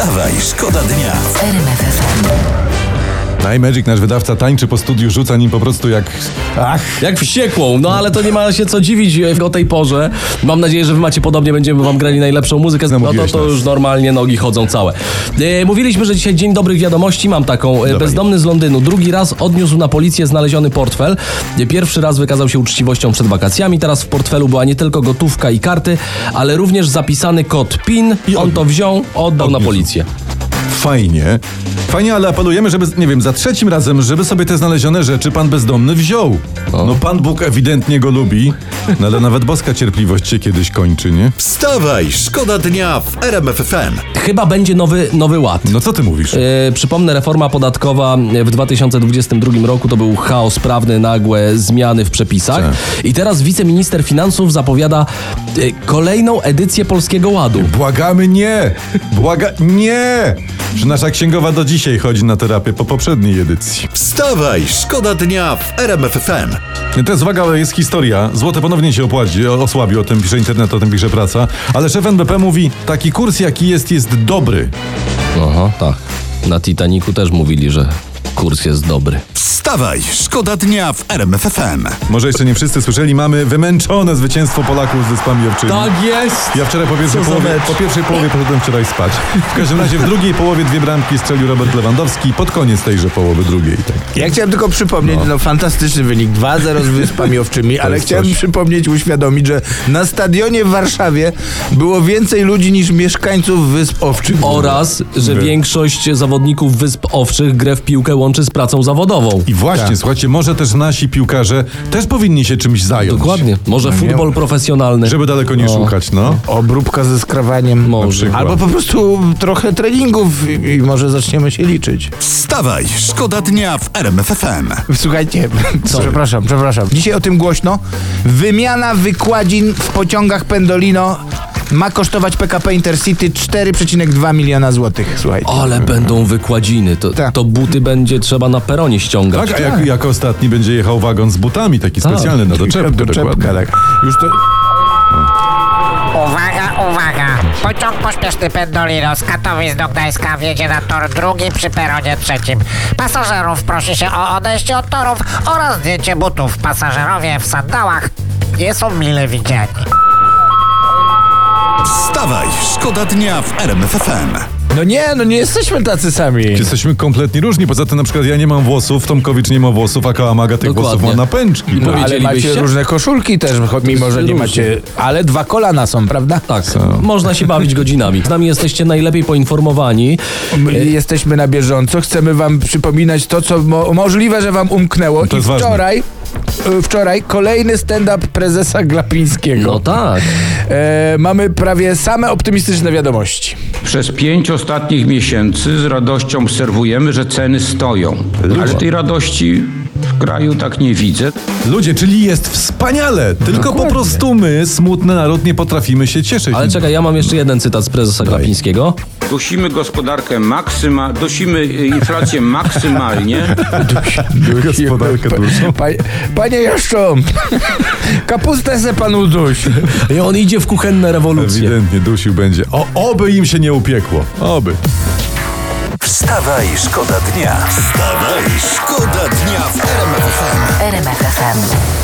Wstawaj, szkoda dnia w RMF FM. Magic, nasz wydawca, tańczy po studiu, rzuca nim po prostu jak wściekłą. No ale to nie ma się co dziwić o tej porze. Mam nadzieję, że wy macie podobnie, będziemy wam grali najlepszą muzykę. No to już normalnie nogi chodzą całe. Mówiliśmy, że dzisiaj dzień dobrych wiadomości. Mam taką. Bezdomny z Londynu drugi raz odniósł na policję znaleziony portfel. Pierwszy raz wykazał się uczciwością przed wakacjami. Teraz w portfelu była nie tylko gotówka i karty, ale również zapisany kod PIN. On to wziął, oddał na policję. Fajnie, ale apelujemy, żeby, nie wiem, za trzecim razem, żeby sobie te znalezione rzeczy pan bezdomny wziął. No Pan Bóg ewidentnie go lubi, no ale nawet boska cierpliwość się kiedyś kończy, nie? Wstawaj, szkoda dnia w RMF FM. Chyba będzie nowy ład. No co ty mówisz? Przypomnę, reforma podatkowa w 2022 roku to był chaos prawny, nagłe zmiany w przepisach. I teraz wiceminister finansów zapowiada kolejną edycję Polskiego Ładu. Błagamy nie! Nie! Że nasza księgowa do dzisiaj chodzi na terapię po poprzedniej edycji. Wstawaj, szkoda dnia w RMF FM. Teraz uwaga, ale jest historia. Złote ponownie się osłabi, o tym pisze internet, o tym pisze prasa. Ale szef NBP mówi, taki kurs jaki jest dobry. Aha, tak. Na Titanicu też mówili, że kurs jest dobry. Wstawaj, szkoda dnia w RMF FM. Może jeszcze nie wszyscy słyszeli, mamy wymęczone zwycięstwo Polaków z Wyspami Owczymi. Tak jest! Ja wczoraj po pierwszej połowie poszedłem wczoraj spać. W każdym razie w drugiej połowie 2 bramki strzelił Robert Lewandowski pod koniec tejże połowy drugiej. Tak. Ja chciałem tylko przypomnieć, fantastyczny wynik, 2-0 z Wyspami Owczymi, ale chciałem przypomnieć, uświadomić, że na stadionie w Warszawie było więcej ludzi niż mieszkańców Wysp Owczych. Oraz, że większość zawodników Wysp Owczych grę w piłkę łączy z pracą zawodową. I właśnie, słuchajcie, może też nasi piłkarze też powinni się czymś zająć. Dokładnie. Może futbol profesjonalny. Żeby daleko nie szukać, Obróbka ze skrawaniem. Może. Albo po prostu trochę treningów i może zaczniemy się liczyć. Wstawaj, szkoda dnia w RMF FM. Słuchajcie, przepraszam. Dzisiaj o tym głośno. Wymiana wykładzin w pociągach Pendolino ma kosztować PKP Intercity 4,2 miliona złotych, słuchajcie. Ale będą wykładziny. To buty będzie trzeba na peronie ściągać. Tak, a jako ostatni będzie jechał wagon z butami, taki specjalny na doczepkę. Tak. Już to... Uwaga! Pociąg pośpieszny Pendolino z Katowic do Gdańska wjedzie na tor drugi przy peronie trzecim. Pasażerów prosi się o odejście od torów oraz zdjęcie butów. Pasażerowie w sandałach nie są mile widziani. Wstawaj, szkoda dnia w RMF FM. nie jesteśmy tacy sami. Jesteśmy kompletnie różni. Poza tym na przykład ja nie mam włosów, Tomkowicz nie ma włosów, a Kałamaga tych włosów ma na pęczki. Ale macie różne koszulki też, mimo że nie macie... Ale 2 kolana są, prawda? Tak, można się bawić godzinami. Z nami jesteście najlepiej poinformowani. Jesteśmy na bieżąco, chcemy wam przypominać to, co możliwe, że wam umknęło. To i wczoraj kolejny stand-up prezesa Glapińskiego. No tak. Mamy prawie same optymistyczne wiadomości. Przez 5 ostatnich miesięcy z radością obserwujemy, że ceny stoją. Ale tej radości w kraju tak nie widzę. Ludzie, czyli jest wspaniale, tylko po prostu my, smutny naród, nie potrafimy się cieszyć. Ale czekaj, ja mam jeszcze jeden cytat z prezesa Glapińskiego. Dusimy gospodarkę dusimy inflację maksymalnie. Gospodarkę duszą. Panie Jaszcząb, kapustę se panu duś. I on idzie w kuchenne rewolucje. Ewidentnie dusił będzie. Oby im się nie upiekło. Oby. Wstawaj, szkoda dnia. Wstawaj, szkoda dnia w RMF FM. RMF FM.